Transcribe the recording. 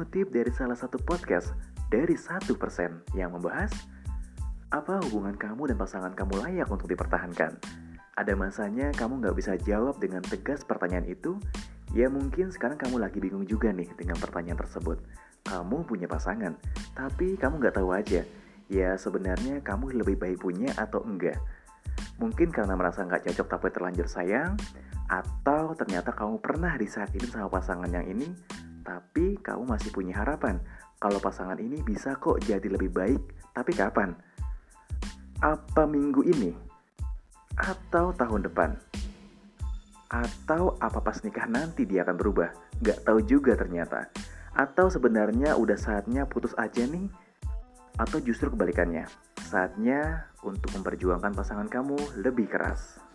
mengutip dari salah satu podcast dari 1% yang membahas apa hubungan kamu dan pasangan kamu layak untuk dipertahankan. Ada masanya kamu gak bisa jawab dengan tegas pertanyaan itu. Ya mungkin sekarang kamu lagi bingung juga nih dengan pertanyaan tersebut. Kamu punya pasangan, tapi kamu gak tahu aja. Ya sebenarnya kamu lebih baik punya atau enggak. Mungkin karena merasa gak cocok tapi terlanjur sayang, atau ternyata kamu pernah disakitin sama pasangan yang ini, tapi kamu masih punya harapan kalau pasangan ini bisa kok jadi lebih baik. Tapi kapan? Apa minggu ini? Atau tahun depan? Atau apa pas nikah nanti dia akan berubah? Gak tahu juga ternyata. Atau sebenarnya udah saatnya putus aja nih? Atau justru kebalikannya, saatnya untuk memperjuangkan pasangan kamu lebih keras.